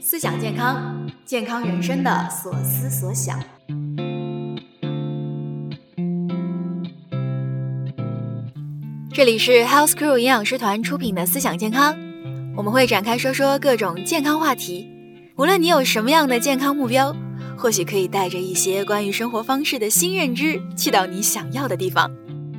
思想健康，健康人生的所思所想。这里是 Health Crew 营养师团出品的思想健康，我们会展开说说各种健康话题。无论你有什么样的健康目标，或许可以带着一些关于生活方式的新认知，去到你想要的地方。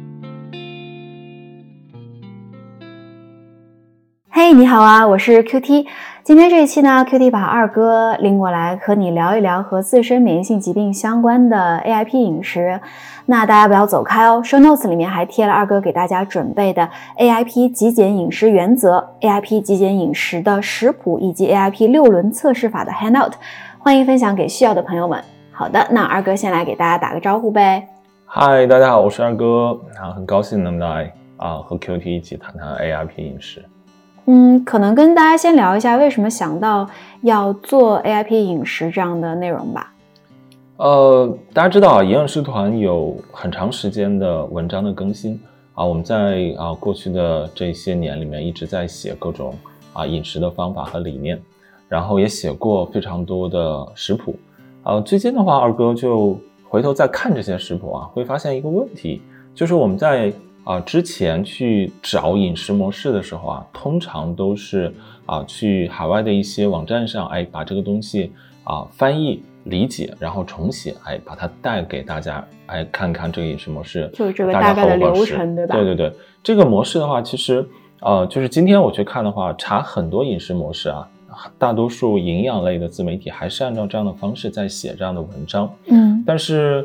嘿，你好啊，我是 QT。今天这一期呢 ，QT 把二哥领过来和你聊一聊和自身免疫性疾病相关的 AIP 饮食。那大家不要走开哦 ，Show Notes 里面还贴了二哥给大家准备的 AIP 极简饮食原则、AIP 极简饮食的食谱以及 AIP 6轮测试法的 Handout， 欢迎分享给需要的朋友们。好的，那二哥先来给大家打个招呼呗。 嗨，大家好，我是二哥，很高兴能来和 QT 一起谈谈 AIP 饮食。 可能跟大家先聊一下为什么想到要做 AIP 饮食这样的内容吧。 大家知道营养师团有很长时间的文章的更新我们在过去的这些年里面一直在写各种饮食的方法和理念，然后也写过非常多的食谱。最近的话，二哥就回头再看这些食谱会发现一个问题，就是我们在之前去找饮食模式的时候通常都是去海外的一些网站上把这个东西翻译理解，然后重写把它带给大家看看这个饮食模式就是这个大概的流程，对吧？ 对对对，这个模式的话，其实就是今天我去看的话，查很多饮食模式大多数营养类的自媒体还是按照这样的方式在写这样的文章。但是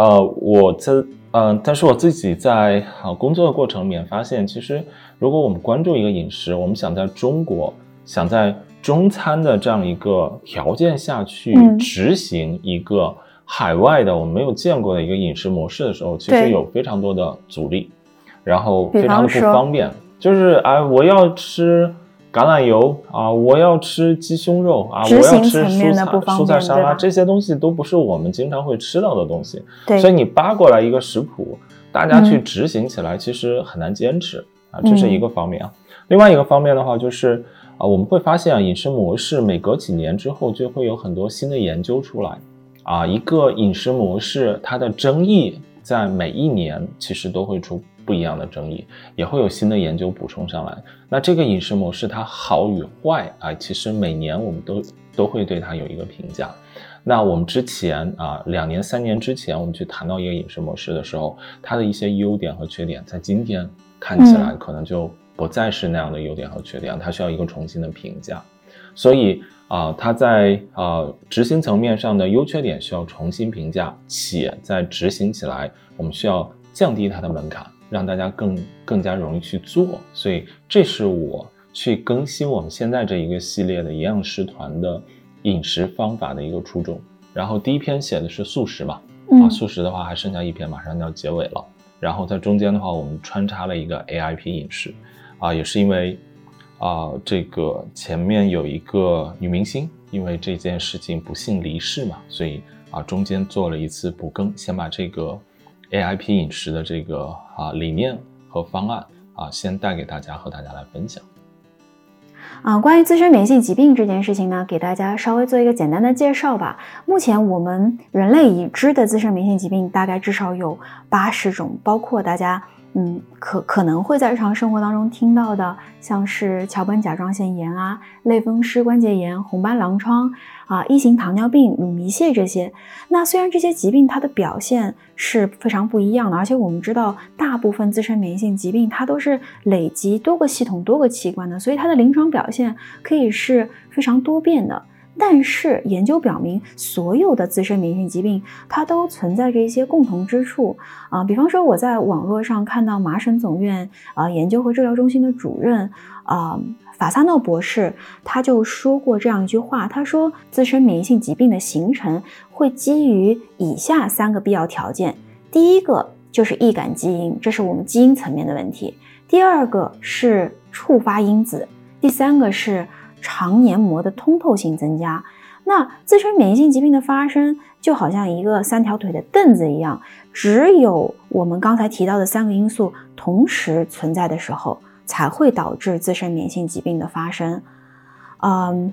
我自己在工作的过程里面发现，其实如果我们关注一个饮食，我们想在中国，想在中餐的这样一个条件下去执行一个海外的我们没有见过的一个饮食模式的时候，其实有非常多的阻力，然后非常的不方便。就是我要吃橄榄油我要吃鸡胸肉我要吃蔬菜沙拉，这些东西都不是我们经常会吃到的东西。所以你扒过来一个食谱，大家去执行起来其实很难坚持这是一个方面另外一个方面的话，就是我们会发现饮食模式每隔几年之后就会有很多新的研究出来一个饮食模式它的争议在每一年其实都会出不一样的争议，也会有新的研究补充上来。那这个饮食模式它好与坏其实每年我们都会对它有一个评价。那我们之前2年3年之前我们去谈到一个饮食模式的时候，它的一些优点和缺点在今天看起来可能就不再是那样的优点和缺点，它需要一个重新的评价。所以它在执行层面上的优缺点需要重新评价，且在执行起来我们需要降低它的门槛，让大家更加容易去做。所以这是我去更新我们现在这一个系列的营养师团的饮食方法的一个初衷。然后第一篇写的是素食嘛素食的话还剩下一篇，马上要结尾了。然后在中间的话我们穿插了一个 AIP 饮食也是因为这个前面有一个女明星因为这件事情不幸离世嘛，所以中间做了一次补更，先把这个 AIP 饮食的这个理念和方案先带给大家，和大家来分享。 关于自身免疫性疾病这件事情呢，给大家稍微做一个简单的介绍吧。目前我们人类已知的自身免疫性疾病大概至少有80种，包括大家可能会在日常生活当中听到的，像是桥本甲状腺炎类风湿关节炎、红斑狼疮一型糖尿病、乳糜泻这些。那虽然这些疾病它的表现是非常不一样的，而且我们知道大部分自身免疫性疾病它都是累积多个系统多个器官的，所以它的临床表现可以是非常多变的。但是研究表明，所有的自身免疫性疾病它都存在着一些共同之处比方说我在网络上看到麻省总院研究和治疗中心的主任法萨诺博士，他就说过这样一句话，他说自身免疫性疾病的形成会基于以下3个必要条件。第一个就是易感基因，这是我们基因层面的问题。第二个是触发因子，第3个是肠黏膜的通透性增加。那自身免疫性疾病的发生就好像一个3条腿的凳子一样，只有我们刚才提到的3个因素同时存在的时候，才会导致自身免疫性疾病的发生。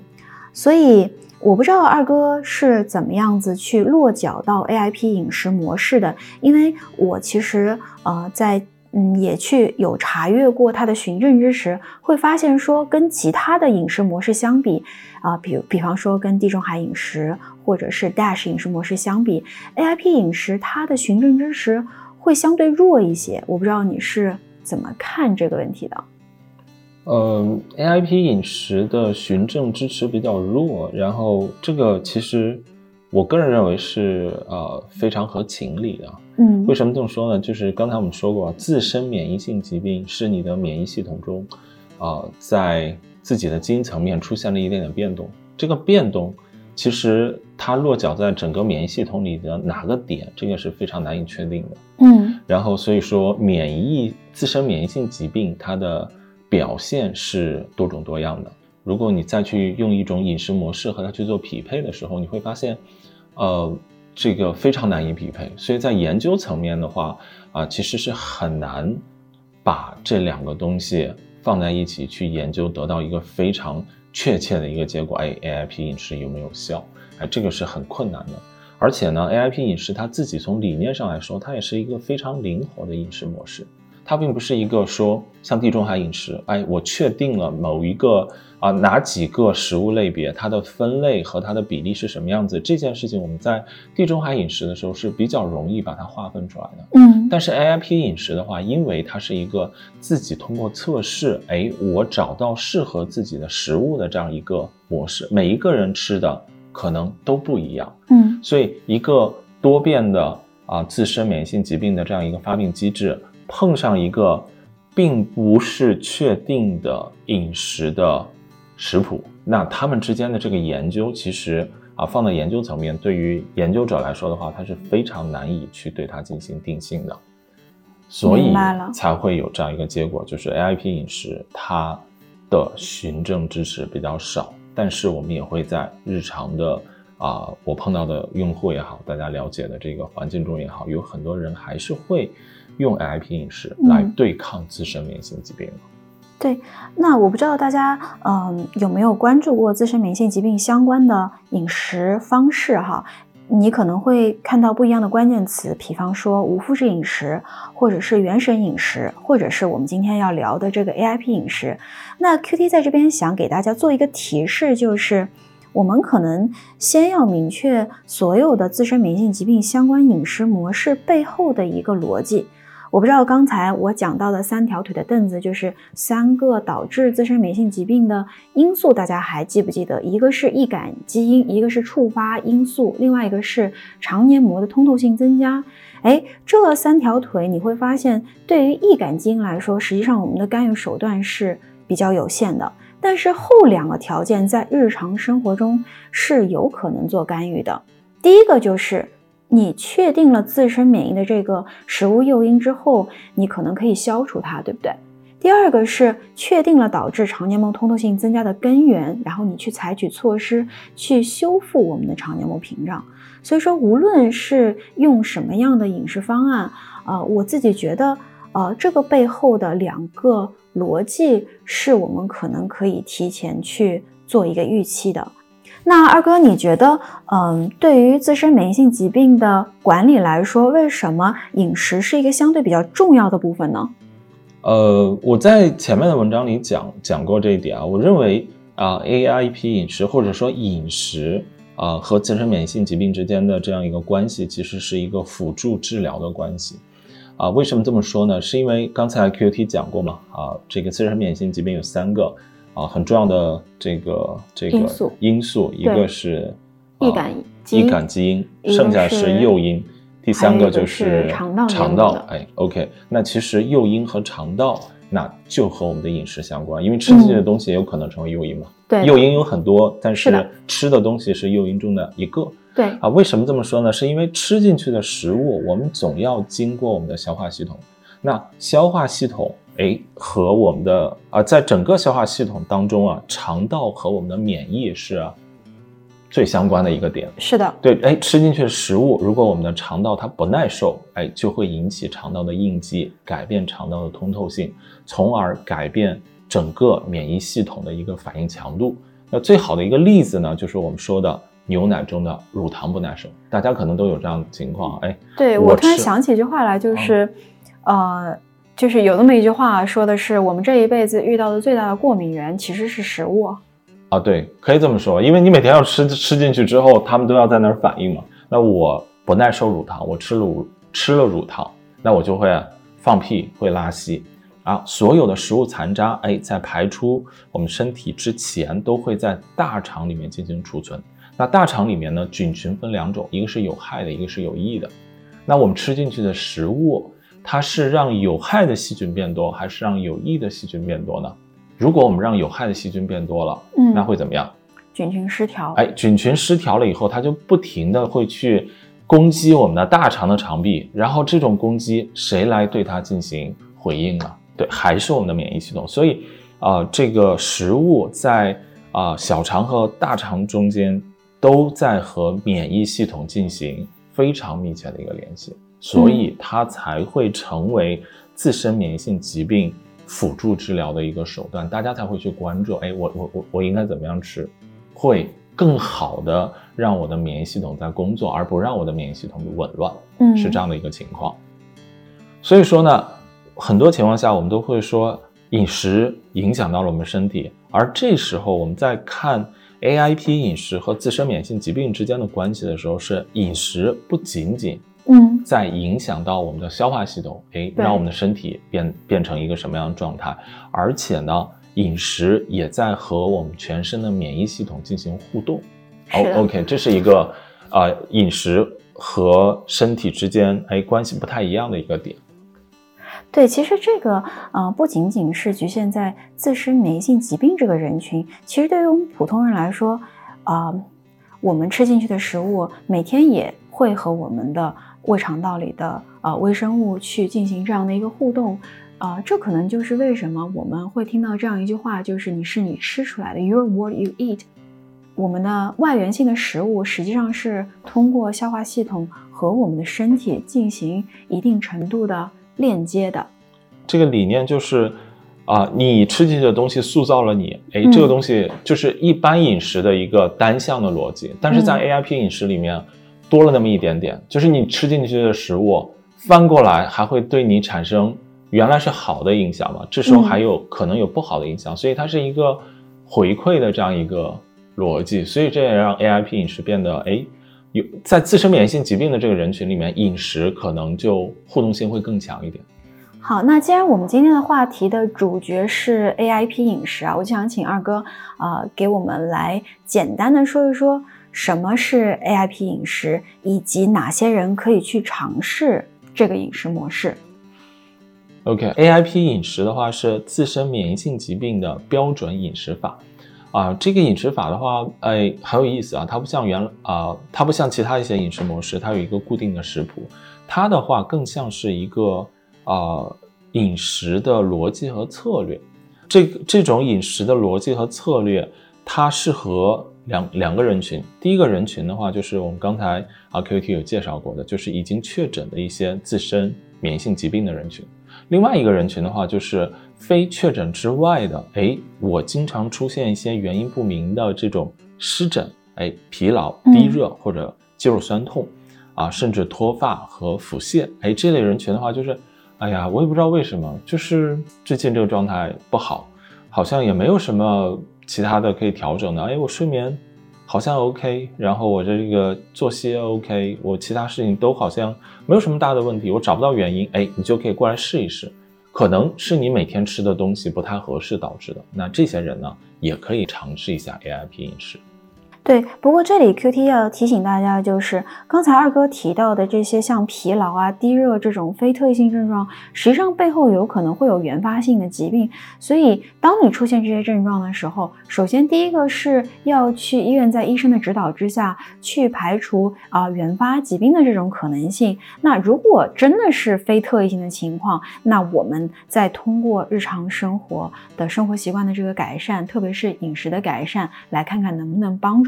所以我不知道二哥是怎么样子去落脚到 AIP 饮食模式的，因为我其实也去有查阅过它的循证知识，会发现说跟其他的饮食模式相比比方说跟地中海饮食或者是 DASH 饮食模式相比， AIP 饮食它的循证知识会相对弱一些。我不知道你是怎么看这个问题的。 AIP 饮食的循证支持比较弱，然后这个其实我个人认为是非常合情理的。为什么这么说呢？就是刚才我们说过，自身免疫性疾病是你的免疫系统中在自己的基因层面出现了一点点变动，这个变动其实它落脚在整个免疫系统里的哪个点，这个是非常难以确定的。然后所以说自身免疫性疾病它的表现是多种多样的。如果你再去用一种饮食模式和它去做匹配的时候，你会发现这个非常难以匹配。所以在研究层面的话其实是很难把这两个东西放在一起去研究，得到一个非常确切的一个结果，AIP 饮食有没有效，这个是很困难的。而且呢 AIP 饮食它自己从理念上来说，它也是一个非常灵活的饮食模式，它并不是一个说像地中海饮食，我确定了某一个哪几个食物类别它的分类和它的比例是什么样子，这件事情我们在地中海饮食的时候是比较容易把它划分出来的。但是 AIP 饮食的话，因为它是一个自己通过测试我找到适合自己的食物的这样一个模式，每一个人吃的可能都不一样。所以一个多变的自身免疫性疾病的这样一个发病机制，碰上一个并不是确定的饮食的食谱，那他们之间的这个研究其实放在研究层面，对于研究者来说的话，它是非常难以去对它进行定性的，所以才会有这样一个结果，就是 AIP 饮食它的循证知识比较少。但是我们也会在日常的我碰到的用户也好，大家了解的这个环境中也好，有很多人还是会用 AIP 饮食来对抗自身免疫性疾病。 对，那我不知道大家有没有关注过自身免疫性疾病相关的饮食方式哈？你可能会看到不一样的关键词，比方说无麸质饮食，或者是原生饮食，或者是我们今天要聊的这个 AIP 饮食。那 QT 在这边想给大家做一个提示，就是我们可能先要明确所有的自身免疫性疾病相关饮食模式背后的一个逻辑。我不知道刚才我讲到的3条腿的凳子，就是3个导致自身免疫性疾病的因素，大家还记不记得？一个是易感基因，一个是触发因素，另外一个是肠黏膜的通透性增加。这3条腿你会发现，对于易感基因来说，实际上我们的干预手段是比较有限的，但是后2个条件在日常生活中是有可能做干预的。第一个就是你确定了自身免疫的这个食物诱因之后，你可能可以消除它，对不对？第二个是确定了导致肠黏膜通透性增加的根源，然后你去采取措施去修复我们的肠黏膜屏障。所以说无论是用什么样的饮食方案我自己觉得这个背后的2个逻辑是我们可能可以提前去做一个预期的。那二哥，你觉得对于自身免疫性疾病的管理来说，为什么饮食是一个相对比较重要的部分呢？ 我在前面的文章里讲过这一点我认为AIP 饮食或者说饮食和自身免疫性疾病之间的这样一个关系，其实是一个辅助治疗的关系为什么这么说呢？是因为刚才 QT 讲过嘛这个自身免疫性疾病有3个很重要的这个因素，一个是易感基因，剩下是诱因，第3个就是肠道。OK， 那其实诱因和肠道那就和我们的饮食相关，因为吃进去的东西也有可能成为诱因嘛。 对， 诱因有很多，但是吃的东西是诱因中的一个。 对为什么这么说呢？是因为吃进去的食物，我们总要经过我们的消化系统，那消化系统和我们的在整个消化系统当中肠道和我们的免疫是最相关的一个点。 是的， 对，吃进去的食物，如果我们的肠道它不耐受，就会引起肠道的应激，改变肠道的通透性，从而改变整个免疫系统的一个反应强度。 那最好的一个例子呢，就是我们说的牛奶中的乳糖不耐受，大家可能都有这样的情况。 对，我突然想起一句话来，就是就是有那么一句话说的是，我们这一辈子遇到的最大的过敏源其实是食物。 对，可以这么说，因为你每天要吃进去之后，他们都要在那儿反应嘛。那我不耐受乳糖，我吃了乳糖，那我就会放屁，会拉稀所有的食物残渣在排出我们身体之前，都会在大肠里面进行储存。那大肠里面呢，菌群分2种，一个是有害的，一个是有益的。那我们吃进去的食物，它是让有害的细菌变多，还是让有益的细菌变多呢？如果我们让有害的细菌变多了，那会怎么样？ 菌群失调。 菌群失调了以后，它就不停的会去攻击我们的大肠的肠壁，然后这种攻击谁来对它进行回应呢？对，还是我们的免疫系统。所以这个食物在小肠和大肠中间都在和免疫系统进行非常密切的一个联系，所以它才会成为自身免疫性疾病辅助治疗的一个手段，大家才会去关注，我应该怎么样吃，会更好的让我的免疫系统在工作，而不让我的免疫系统紊乱，是这样的一个情况。所以说呢，很多情况下我们都会说饮食影响到了我们身体，而这时候我们在看 AIP 饮食和自身免疫性疾病之间的关系的时候，是饮食不仅仅在影响到我们的消化系统，让我们的身体变成一个什么样的状态，而且呢，饮食也在和我们全身的免疫系统进行互动。OK， 这是一个饮食和身体之间关系不太一样的一个点。 对，其实这个不仅仅是局限在自身免疫性疾病这个人群，其实对于我们普通人来说，我们吃进去的食物每天也会和我们的胃肠道里的微生物去进行这样的一个互动。这可能就是为什么我们会听到这样一句话，就是你是你吃出来的 ，You're what you eat。我们的外源性的食物实际上是通过消化系统和我们的身体进行一定程度的链接的。 这个理念就是你吃进去的东西塑造了你，这个东西就是一般饮食的一个单向的逻辑，但是在 AIP 饮食里面多了那么一点点，就是你吃进去的食物翻过来还会对你产生原来是好的影响嘛，这时候还有可能有不好的影响，所以它是一个回馈的这样一个逻辑，所以这也让 AIP 饮食变得在自身免疫性疾病的这个人群里面，饮食可能就互动性会更强一点。 好，那既然我们今天的话题的主角是 AIP 饮食我就想请二哥给我们来简单的说一说什么是 AIP 饮食，以及哪些人可以去尝试这个饮食模式。 AIP 饮食的话是自身免疫性疾病的标准饮食法这个饮食法的话很有意思它不像其他一些饮食模式，它有一个固定的食谱，它的话更像是一个饮食的逻辑和策略。这种饮食的逻辑和策略，它适合两个人群。第一个人群的话，就是我们刚才QT 有介绍过的，就是已经确诊的一些自身免疫性疾病的人群。另外一个人群的话，就是非确诊之外的我经常出现一些原因不明的这种湿疹疲劳、低热或者肌肉酸痛甚至脱发和腹泻这类人群的话，就是我也不知道为什么，就是最近这个状态不好，好像也没有什么其他的可以调整的我睡眠好像 OK， 然后我这个作息 OK， 我其他事情都好像没有什么大的问题，我找不到原因你就可以过来试一试，可能是你每天吃的东西不太合适导致的，那这些人呢也可以尝试一下 AIP 饮食。 对，不过这里 QT 要提醒大家，就是刚才二哥提到的这些像疲劳低热这种非特异性症状，实际上背后有可能会有原发性的疾病，所以当你出现这些症状的时候，首先第一个是要去医院，在医生的指导之下去排除原发疾病的这种可能性。那如果真的是非特异性的情况，那我们再通过日常生活的生活习惯的这个改善，特别是饮食的改善，来看看能不能帮助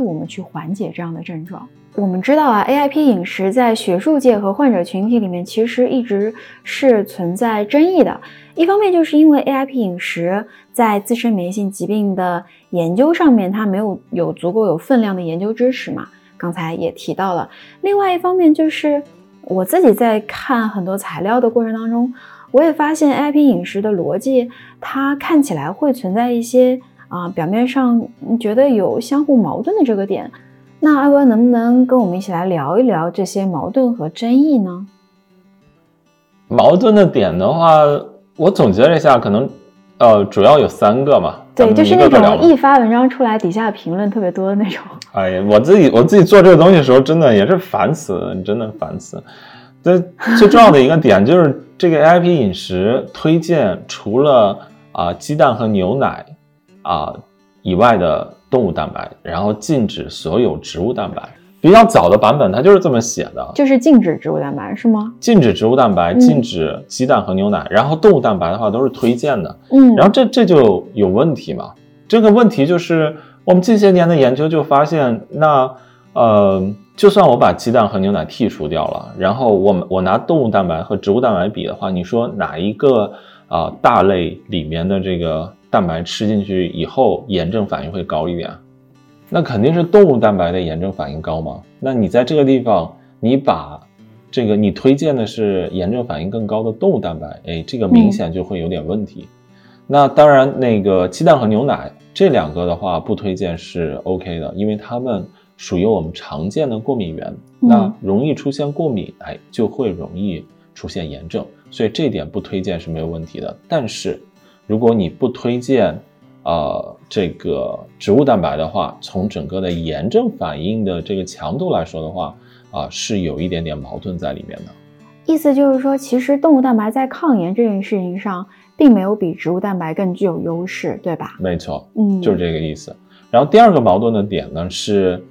我们去缓解这样的症状。我们知道啊 ，AIP 饮食在学术界和患者群体里面其实一直是存在争议的。一方面就是因为 AIP 饮食在自身免疫性疾病的研究上面，它没有足够有分量的研究支持嘛，刚才也提到了。另外一方面就是我自己在看很多材料的过程当中，我也发现 AIP 饮食的逻辑，它看起来会存在一些表面上觉得有相互矛盾的这个点。那阿哥能不能跟我们一起来聊一聊这些矛盾和争议呢？ 矛盾的点的话，我总结了一下，可能主要有3个嘛。 对，就是那种一发文章出来底下评论特别多的那种。 哎呀，我自己做这个东西的时候，真的也是烦死了，真的烦死。最重要的一个点就是这个 AIP 饮食推荐除了鸡蛋和牛奶以外的动物蛋白，然后禁止所有植物蛋白。比较早的版本它就是这么写的， 就是禁止植物蛋白是吗？ 禁止植物蛋白，禁止鸡蛋和牛奶，然后动物蛋白的话都是推荐的。然后这就有问题嘛。这个问题就是我们近些年的研究就发现，那就算我把鸡蛋和牛奶剔除掉了，然后我拿动物蛋白和植物蛋白比的话，你说哪一个大类里面的这个蛋白吃进去以后炎症反应会高一点？那肯定是动物蛋白的炎症反应高嘛。那你在这个地方你把这个你推荐的是炎症反应更高的动物蛋白，这个明显就会有点问题。那当然那个鸡蛋和牛奶这2个的话不推荐是 OK 的，因为它们属于我们常见的过敏源，那容易出现过敏就会容易出现炎症，所以这点不推荐是没有问题的。但是如果你不推荐这个植物蛋白的话，从整个的炎症反应的这个强度来说的话是有一点点矛盾在里面的。 意思就是说，其实动物蛋白在抗炎这件事情上并没有比植物蛋白更具有优势，对吧？ 没错，就是这个意思。然后第2个矛盾的点呢是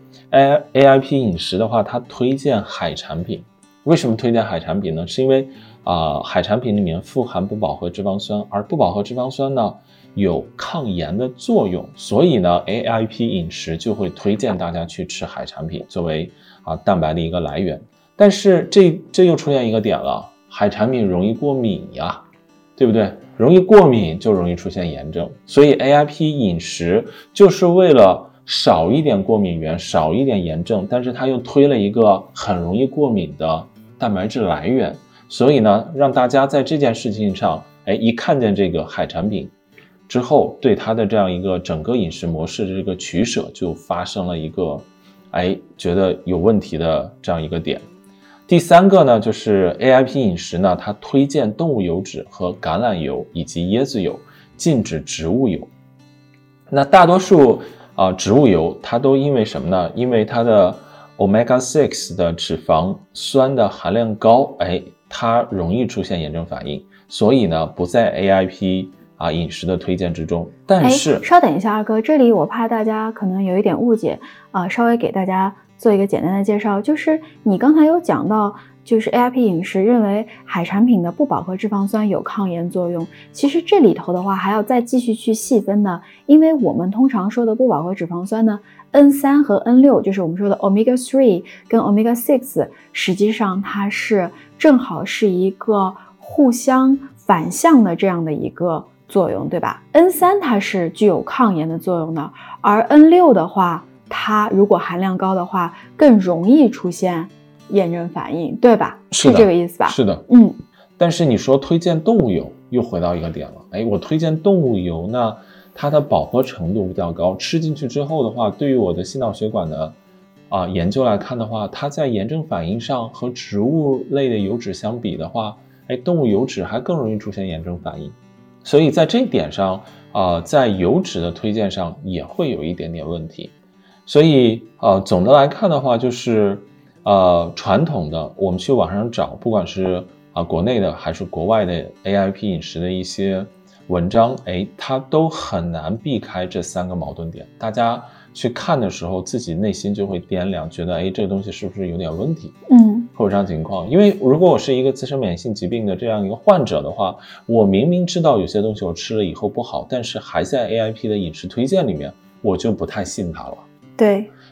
AIP 饮食的话，它推荐海产品。为什么推荐海产品呢？是因为海产品里面富含不饱和脂肪酸，而不饱和脂肪酸呢有抗炎的作用，所以呢 AIP 饮食就会推荐大家去吃海产品作为蛋白的一个来源。但是这又出现一个点了，海产品容易过敏呀，对不对？容易过敏就容易出现炎症，所以 AIP 饮食就是为了少一点过敏源，少一点炎症，但是它又推了一个很容易过敏的蛋白质来源，所以呢让大家在这件事情上一看见这个海产品之后，对它的这样一个整个饮食模式的这个取舍就发生了一个觉得有问题的这样一个点。第3个呢，就是 AIP 饮食呢，它推荐动物油脂和橄榄油以及椰子油，禁止植物油。那大多数植物油它都因为什么呢？因为它的 Omega 6的脂肪酸的含量高，它容易出现炎症反应，所以呢不在 AIP饮食的推荐之中。但是稍等一下，二哥，这里我怕大家可能有一点误解稍微给大家做一个简单的介绍，就是你刚才有讲到，就是 AIP 饮食认为海产品的不饱和脂肪酸有抗炎作用。其实这里头的话还要再继续去细分的，因为我们通常说的不饱和脂肪酸呢 N3 和 N6 就是我们说的 Omega 3跟 Omega 6，实际上它是正好是一个互相反向的这样的一个作用，对吧？ N3 它是具有抗炎的作用的，而 N6 的话它如果含量高的话更容易出现炎症反应，对吧？是这个意思吧？ 是的。但是你说推荐动物油又回到一个点了，我推荐动物油呢，它的饱和程度比较高，吃进去之后的话，对于我的心脑血管的研究来看的话，它在炎症反应上和植物类的油脂相比的话，动物油脂还更容易出现炎症反应。所以在这一点上在油脂的推荐上也会有一点点问题。所以总的来看的话，就是传统的我们去网上找，不管是国内的还是国外的 AIP 饮食的一些文章，它都很难避开这3个矛盾点。大家去看的时候，自己内心就会掂量，觉得这个东西是不是有点问题？会有这样情况。因为如果我是一个自身免疫性疾病的这样一个患者的话，我明明知道有些东西我吃了以后不好，但是还在 AIP 的饮食推荐里面，我就不太信它了。 对，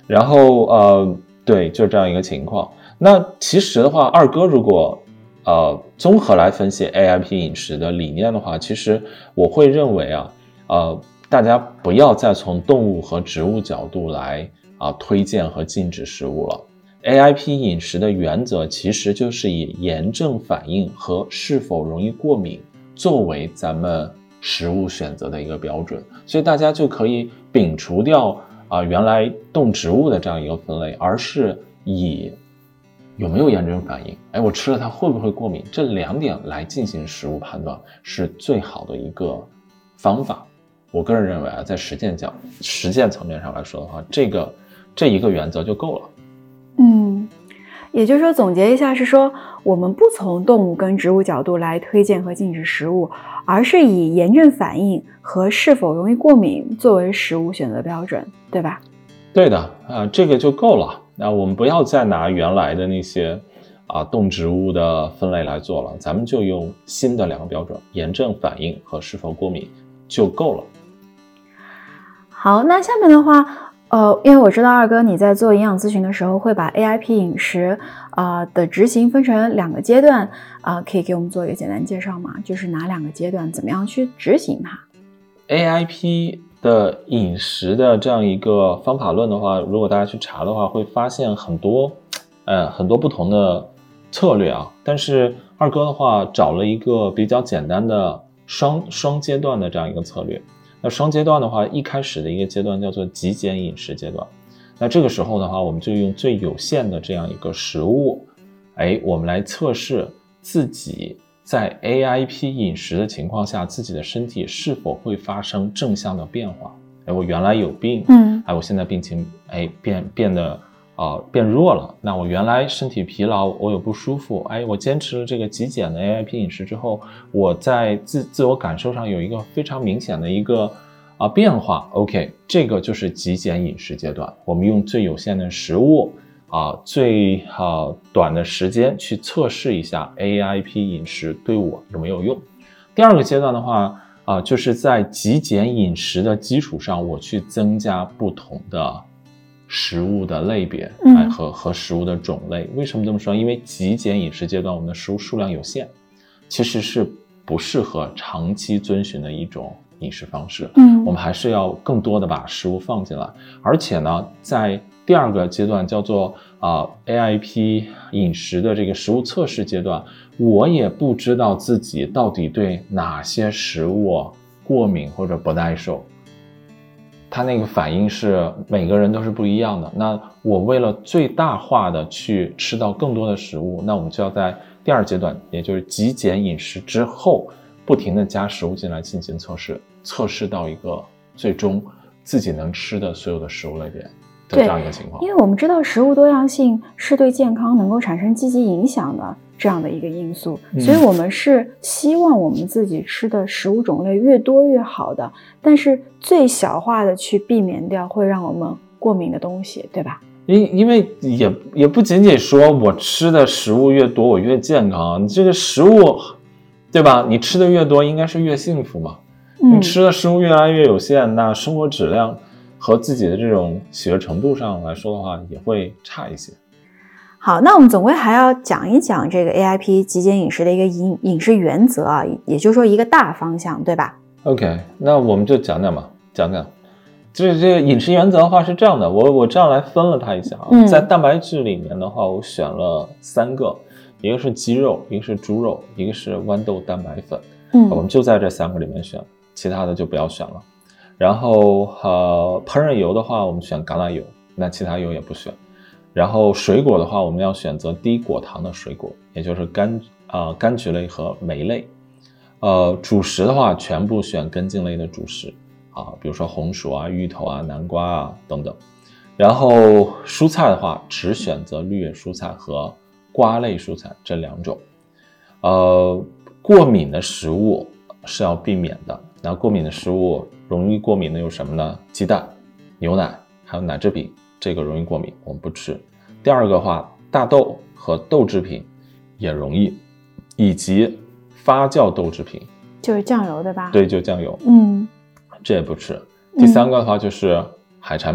然后对，就这样一个情况。那其实的话，二哥如果综合来分析 AIP 饮食的理念的话，其实我会认为大家不要再从动物和植物角度来推荐和禁止食物了。AIP 饮食的原则其实就是以炎症反应和是否容易过敏作为咱们食物选择的一个标准，所以大家就可以摒除掉原来动植物的这样一个分类，而是以有没有炎症反应，我吃了它会不会过敏，这2点来进行食物判断是最好的一个方法。我个人认为在实践层面上来说的话，这一个原则就够了。 也就是说总结一下是说，我们不从动物跟植物角度来推荐和禁止食物，而是以炎症反应和是否容易过敏作为食物选择标准，对吧？ 对的这个就够了。那我们不要再拿原来的那些动植物的分类来做了，咱们就用新的2个标准，炎症反应和是否过敏就够了。 好，那下面的话因为我知道二哥你在做营养咨询的时候会把 AIP 饮食的执行分成2个阶段可以给我们做一个简单介绍吗？就是哪2个阶段，怎么样去执行它？ AIP 的饮食的这样一个方法论的话，如果大家去查的话，会发现很多不同的策略但是二哥的话找了一个比较简单的双阶段的这样一个策略。那双阶段的话，一开始的一个阶段叫做极简饮食阶段。那这个时候的话，我们就用最有限的这样一个食物，我们来测试自己在 AIP 饮食的情况下，自己的身体是否会发生正向的变化。我原来有病，我现在病情变弱了。那我原来身体疲劳，我有不舒服，我坚持了这个极简的 AIP 饮食之后，我在自我感受上有一个非常明显的一个变化。OK， 这个就是极简饮食阶段，我们用最有限的食物最短的时间去测试一下 AIP 饮食对我有没有用。第2个阶段的话就是在极简饮食的基础上，我去增加不同的食物的类别和食物的种类。为什么这么说？因为极简饮食阶段我们的食物数量有限，其实是不适合长期遵循的一种饮食方式。我们还是要更多的把食物放进来。而且呢，在第2个阶段叫做AIP 饮食的这个食物测试阶段，我也不知道自己到底对哪些食物过敏或者不耐受，它那个反应是每个人都是不一样的。那我为了最大化的去吃到更多的食物，那我们就要在第2阶段，也就是极简饮食之后，不停的加食物进来进行测试到一个最终自己能吃的所有的食物类别的这样一个情况。 因为我们知道食物多样性是对健康能够产生积极影响的这样的一个因素，所以我们是希望我们自己吃的食物种类越多越好的，但是最小化的去避免掉会让我们过敏的东西，对吧？ 因为也不仅仅说我吃的食物越多我越健康，你这个食物对吧，你吃的越多应该是越幸福嘛。你吃的食物越来越有限，那生活质量和自己的这种喜悦程度上来说的话也会差一些。 好，那我们总归还要讲一讲这个 AIP 极简饮食的一个饮食原则也就是说一个大方向，对吧？ OK， 那我们就讲讲这个饮食原则的话是这样的，我这样来分了它一下在蛋白质里面的话，我选了3个，一个是鸡肉，一个是猪肉，一个是豌豆蛋白粉。我们就在这3个里面选，其他的就不要选了。然后烹饪油的话，我们选橄榄油，那其他油也不选。然后水果的话，我们要选择低果糖的水果，也就是柑橘类和莓类。主食的话，全部选根茎类的主食比如说红薯芋头南瓜等等。然后蔬菜的话，只选择绿叶蔬菜和瓜类蔬菜这2种。过敏的食物是要避免的。那过敏的食物容易过敏的有什么呢？鸡蛋、牛奶还有奶制品，这个容易过敏，我们不吃。第2个的话，大豆和豆制品也容易，以及发酵豆制品， 就是酱油对吧？ 对，就酱油，这也不吃。第3个的话就是海产品，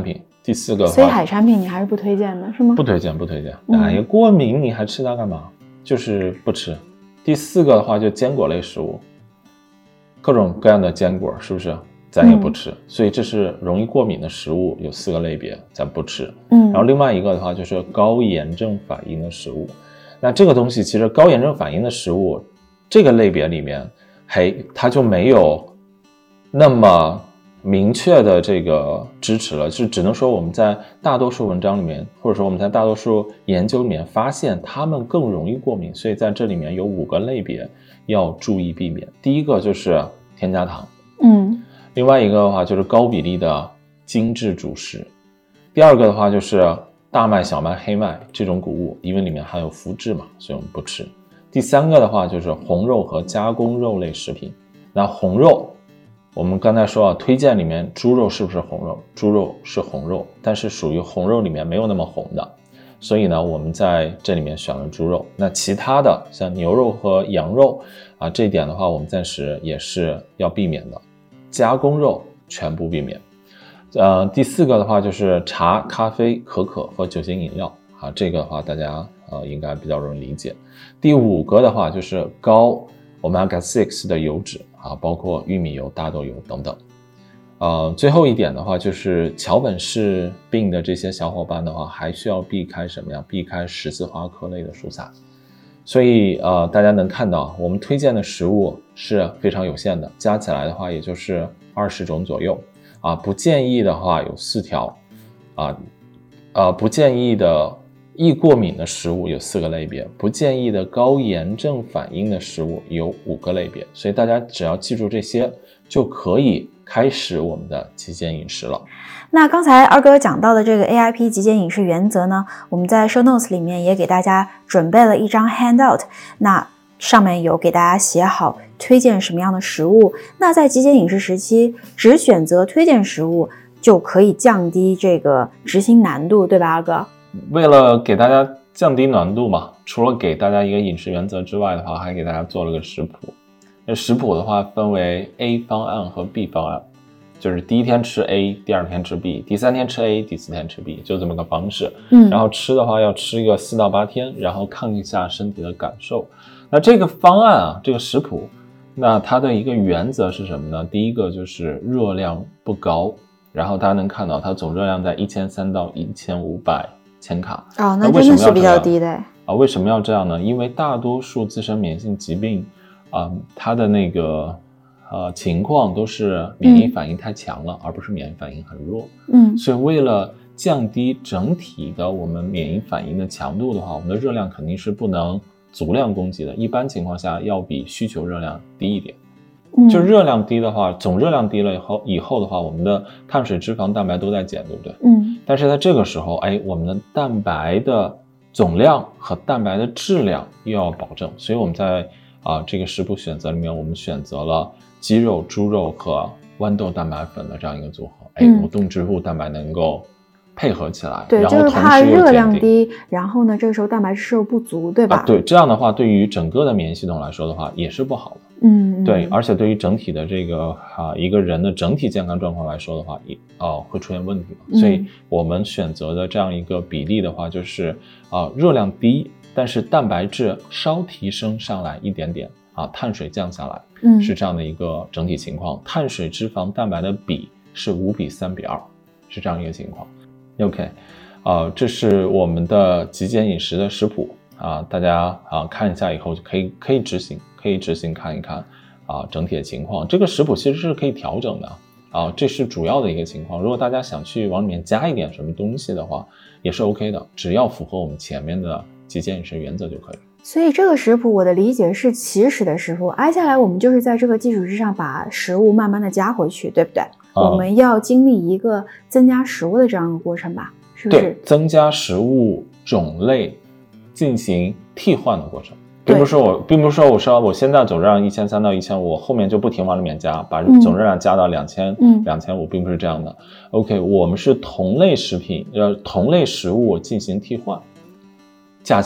第4个的话， 所以海产品你还是不推荐的是吗？ 不推荐。哎呀，过敏你还吃它干嘛？就是不吃。第4个的话就坚果类食物，各种各样的坚果是不是咱也不吃，所以这是容易过敏的食物，有4个类别咱不吃。然后另外一个的话就是高炎症反应的食物。那这个东西其实高炎症反应的食物这个类别里面，它就没有那么明确的这个支持了，就只能说我们在大多数文章里面，或者说我们在大多数研究里面发现它们更容易过敏，所以在这里面有5个类别要注意避免。第一个就是添加糖，另外一个的话就是高比例的精致主食，第2个的话就是大麦、小麦、黑麦这种谷物，因为里面含有麸质嘛，所以我们不吃。第3个的话就是红肉和加工肉类食品。那红肉我们刚才说啊，推荐里面猪肉是不是红肉？猪肉是红肉，但是属于红肉里面没有那么红的，所以呢我们在这里面选了猪肉。那其他的像牛肉和羊肉啊，这一点的话我们暂时也是要避免的，加工肉全部避免。第4个的话就是茶、咖啡、可可和酒精饮料啊，这个的话大家应该比较容易理解。第5个的话就是高Omega 6的油脂啊，包括玉米油、大豆油等等。最后一点的话就是桥本氏病的这些小伙伴的话，还需要避开什么呀？避开十字花科类的蔬菜。所以大家能看到我们推荐的食物是非常有限的，加起来的话也就是20种左右啊。不建议的话有4条不建议的易过敏的食物有4个类别，不建议的高炎症反应的食物有5个类别，所以大家只要记住这些就可以开始我们的极简饮食了。 那刚才二哥讲到的这个 AIP 极简饮食原则呢，我们在 show notes 里面也给大家准备了一张 handout， 那上面有给大家写好推荐什么样的食物。那在极简饮食时期，只选择推荐食物就可以降低这个执行难度，对吧，二哥？ 为了给大家降低难度嘛，除了给大家一个饮食原则之外的话，还给大家做了个食谱。那食谱的话分为 A 方案和 B 方案，就是第1天吃 A， 第2天吃 B， 第3天吃 A， 第4天吃 B， 就这么个方式。然后吃的话要吃一个4到8天，然后看一下身体的感受。那这个方案啊，这个食谱，那它的一个原则是什么呢？第一个就是热量不高，然后大家能看到它总热量在1300到1500千卡。 那真的是比较低的为什么要这样呢？因为大多数自身免疫性疾病它的那个情况都是免疫反应太强了，而不是免疫反应很弱。所以为了降低整体的我们免疫反应的强度的话，我们的热量肯定是不能足量供给的，一般情况下要比需求热量低一点。就热量低的话，总热量低了以后的话，我们的碳水、脂肪、蛋白都在减，对不对？但是在这个时候，我们的蛋白的总量和蛋白的质量又要保证，所以我们在这个食谱选择里面，我们选择了鸡肉、猪肉和豌豆蛋白粉的这样一个组合。我动植物蛋白能够配合起来， 对， 然后就是怕热量低，然后呢，这个时候蛋白质又不足，对吧？ 对，这样的话，对于整个的免疫系统来说的话，也是不好的。对，而且对于整体的这个一个人的整体健康状况来说的话，会出现问题嘛。所以我们选择的这样一个比例的话，就是热量低，但是蛋白质稍提升上来一点点碳水降下来，是这样的一个整体情况。碳水、脂肪、蛋白的比是5比3比2，是这样一个情况。OK， 这是我们的极简饮食的食谱大家看一下以后就可以执行看一看整体的情况。这个食谱其实是可以调整的这是主要的一个情况。如果大家想去往里面加一点什么东西的话，也是 OK 的，只要符合我们前面的极简饮食原则就可以。 所以这个食谱我的理解是起始的食谱，挨下来我们就是在这个基础之上把食物慢慢的加回去，对不对？我们要经历一个增加食物的这样一个过程吧，是不是？ 对，增加食物种类进行替换的过程，并不是说我说我现在总热量1300到1500，我后面就不停往里面加，把总热量加到2000、2500，并不是这样的。OK， 我们是同类食物进行替换，加进来，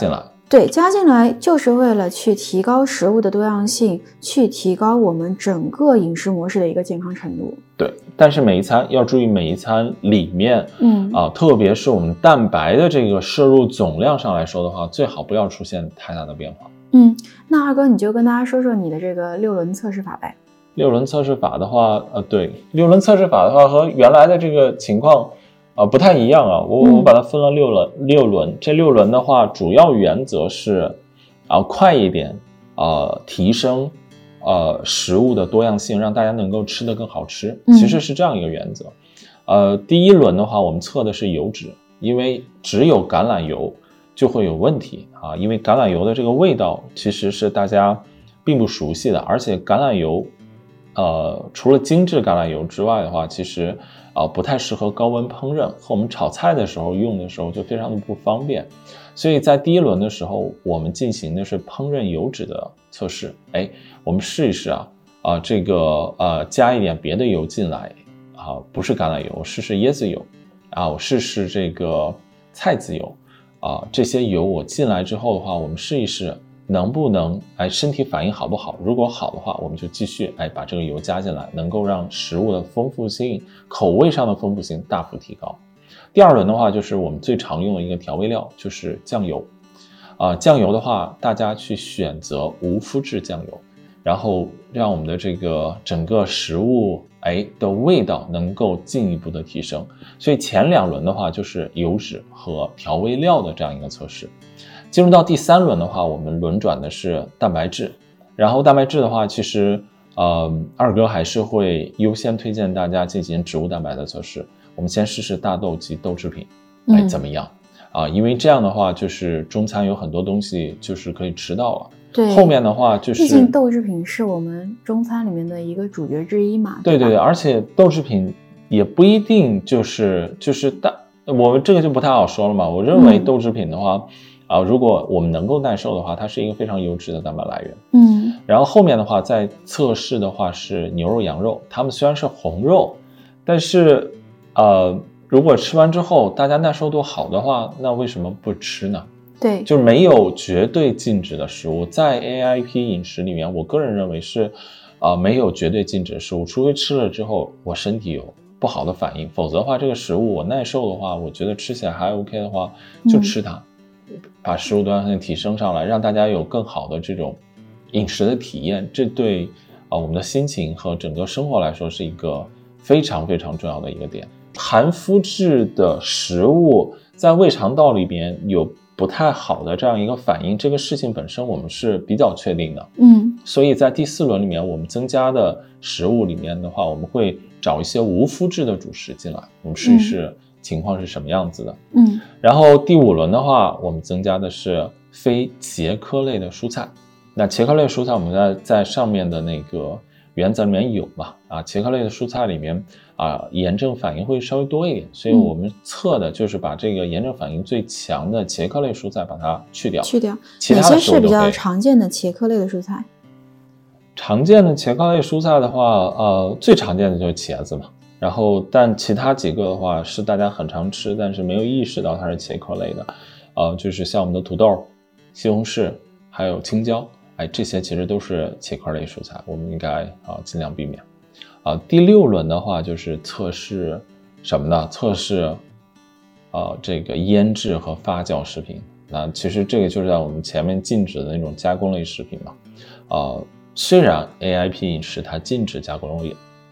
对，加进来就是为了去提高食物的多样性，去提高我们整个饮食模式的一个健康程度。 对，但是每一餐要注意，每一餐里面，特别是我们蛋白的这个摄入总量上来说的话，最好不要出现太大的变化。 那二哥你就跟大家说说你的这个6轮测试法呗。 6轮测试法的话，对，6轮测试法的话和原来的这个情况不太一样啊。我把它分了6轮，这6轮的话，主要原则是快一点，提升食物的多样性，让大家能够吃得更好吃，其实是这样一个原则。第1轮的话，我们测的是油脂，因为只有橄榄油就会有问题啊，因为橄榄油的这个味道其实是大家并不熟悉的，而且橄榄油除了精致橄榄油之外的话，其实不太适合高温烹饪，和我们炒菜的时候用的时候就非常的不方便。所以在第1轮的时候，我们进行的是烹饪油脂的测试。我们试一试加一点别的油进来不是橄榄油，试试椰子油我试试这个菜籽油这些油我进来之后的话，我们试一试能不能身体反应好不好？如果好的话，我们就继续把这个油加进来，能够让食物的丰富性、口味上的丰富性大幅提高。第2轮的话，就是我们最常用的一个调味料，就是酱油。酱油的话，大家去选择无麸质酱油，然后让我们的这个整个食物的味道能够进一步的提升。所以前2轮的话，就是油脂和调味料的这样一个测试。进入到第3轮的话，我们轮转的是蛋白质，然后蛋白质的话，其实二哥还是会优先推荐大家进行植物蛋白的测试。我们先试试大豆及豆制品怎么样因为这样的话就是中餐有很多东西就是可以吃到了。 对， 后面的话就是毕竟豆制品是我们中餐里面的一个主角之一嘛。 对，而且豆制品也不一定就是我们这个就不太好说了嘛。我认为豆制品的话如果我们能够耐受的话，它是一个非常优质的蛋白来源。然后后面的话在测试的话是牛肉、羊肉，它们虽然是红肉，但是如果吃完之后大家耐受度好的话，那为什么不吃呢？ 对， 就没有绝对禁止的食物。在 AIP 饮食里面，我个人认为是没有绝对禁止的食物，除非吃了之后我身体有不好的反应，否则的话这个食物我耐受的话，我觉得吃起来还 OK 的话就吃它，把食物多样性提升上来，让大家有更好的这种饮食的体验，这对我们的心情和整个生活来说是一个非常非常重要的一个点。含麸质的食物在胃肠道里边有不太好的这样一个反应，这个事情本身我们是比较确定的。所以在第4轮里面，我们增加的食物里面的话，我们会找一些无麸质的主食进来，我们试一试情况是什么样子的。然后第5轮的话，我们增加的是非茄科类的蔬菜。那茄科类蔬菜我们在上面的那个原则里面有嘛茄科类的蔬菜里面炎症反应会稍微多一点，所以我们测的就是把这个炎症反应最强的茄科类蔬菜把它去掉。 哪些是比较常见的茄科类的蔬菜？ 常见的茄科类蔬菜的话最常见的就是茄子嘛，然后但其他几个的话是大家很常吃但是没有意识到它是茄科类的就是像我们的土豆、西红柿还有青椒这些其实都是茄科类蔬菜，我们应该尽量避免。第6轮的话就是测试什么呢？测试这个腌制和发酵食品。那其实这个就是在我们前面禁止的那种加工类食品嘛。虽然 AIP 饮食它禁止加工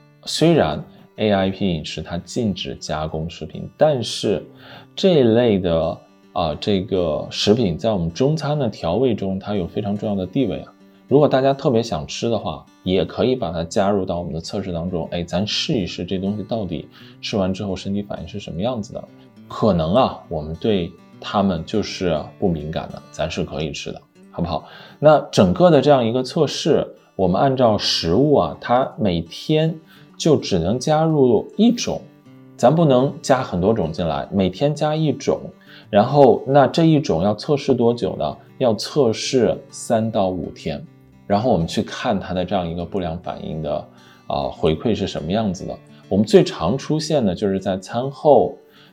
食品，但是这一类的这个食品在我们中餐的调味中它有非常重要的地位如果大家特别想吃的话，也可以把它加入到我们的测试当中。咱试一试这东西到底吃完之后身体反应是什么样子的。可能我们对它们就是不敏感的，咱是可以吃的，好不好？那整个的这样一个测试，我们按照食物它每天就只能加入1种，咱不能加很多种进来，每天加1种。然后那这1种要测试多久呢？要测试3到5天。然后我们去看它的这样一个不良反应的回馈是什么样子的。我们最常出现的就是在餐后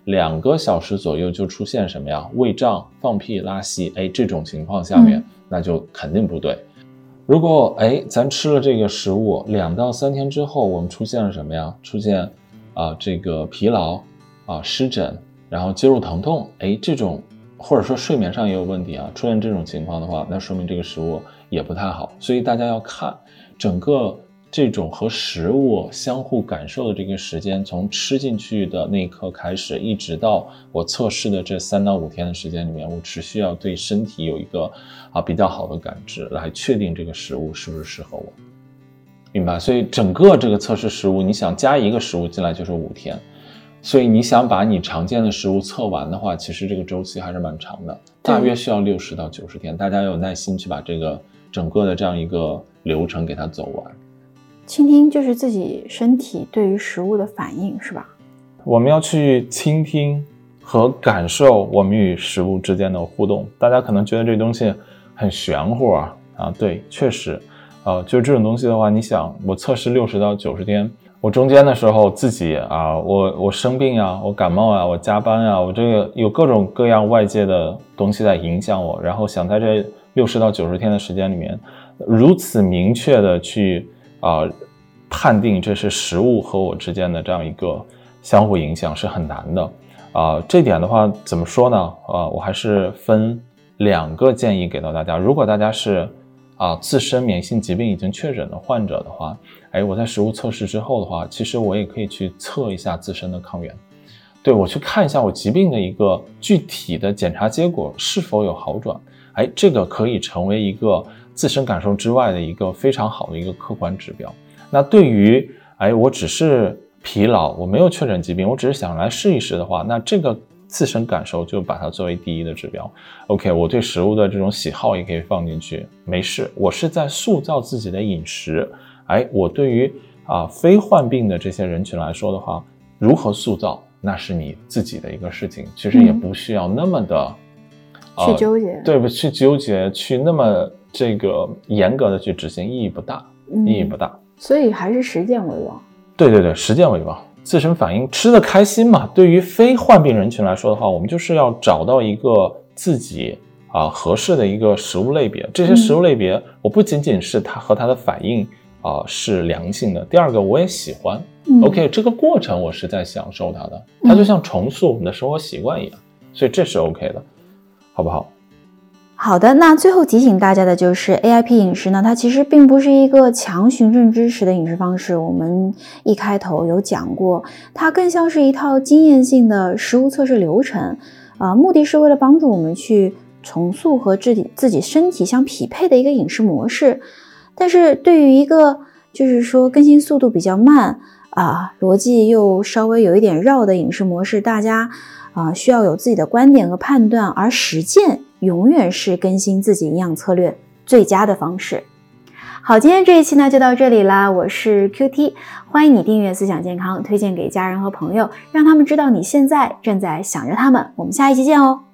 2个小时左右就出现什么呀？胃胀、放屁、拉稀，这种情况下面，那就肯定不对。如果咱吃了这个食物2到3天之后，我们出现了什么呀？出现这个疲劳湿疹，然后肌肉疼痛，这种或者说睡眠上也有问题出现这种情况的话，那说明这个食物也不太好。所以大家要看整个这种和食物相互感受的这个时间，从吃进去的那一刻开始，一直到我测试的这3到5天的时间里面，我持续要对身体有一个比较好的感知，来确定这个食物是不是适合我，明白？所以整个这个测试食物，你想加一个食物进来就是5天，所以你想把你常见的食物测完的话，其实这个周期还是蛮长的，大约需要60到90天，大家要有耐心去把这个整个的这样一个流程给它走完。 倾听就是自己身体对于食物的反应，是吧？ 我们要去倾听和感受我们与食物之间的互动。大家可能觉得这东西很玄乎对，确实就这种东西的话，你想我测试60到90天，我中间的时候自己我生病我感冒我加班我这个有各种各样外界的东西在影响我，然后想在这60到90天的时间里面如此明确的去判定这是食物和我之间的这样一个相互影响是很难的这点的话怎么说呢我还是分2个建议给到大家。如果大家是自身免疫性疾病已经确诊的患者的话，我在食物测试之后的话，其实我也可以去测一下自身的抗原，对，我去看一下我疾病的一个具体的检查结果是否有好转，这个可以成为一个自身感受之外的一个非常好的一个客观指标。那对于我只是疲劳，我没有确诊疾病，我只是想来试一试的话，那这个自身感受就把它作为第一的指标。 OK， 我对食物的这种喜好也可以放进去，没事，我是在塑造自己的饮食。我对于非患病的这些人群来说的话，如何塑造那是你自己的一个事情，其实也不需要那么的去纠结， 对，去纠结，去那么这个严格的去执行，意义不大，意义不大。 所以还是实践为王。 对，实践为王，自身反应，吃得开心嘛。对于非患病人群来说的话，我们就是要找到一个自己合适的一个食物类别。这些食物类别，我不仅仅是它和它的反应是良性的，第二个我也喜欢。OK， 这个过程我是在享受它的，它就像重塑我们的生活习惯一样，所以这是 OK 的，好不好？ 好的，那最后提醒大家的就是 AIP 饮食呢，它其实并不是一个强循证知识的饮食方式，我们一开头有讲过，它更像是一套经验性的食物测试流程，目的是为了帮助我们去重塑和自己身体相匹配的一个饮食模式。但是对于一个就是说更新速度比较慢逻辑又稍微有一点绕的饮食模式，大家需要有自己的观点和判断，而实践永远是更新自己营养策略最佳的方式。好，今天这一期呢就到这里啦，我是 QT， 欢迎你订阅思想健康，推荐给家人和朋友，让他们知道你现在正在想着他们。我们下一期见哦。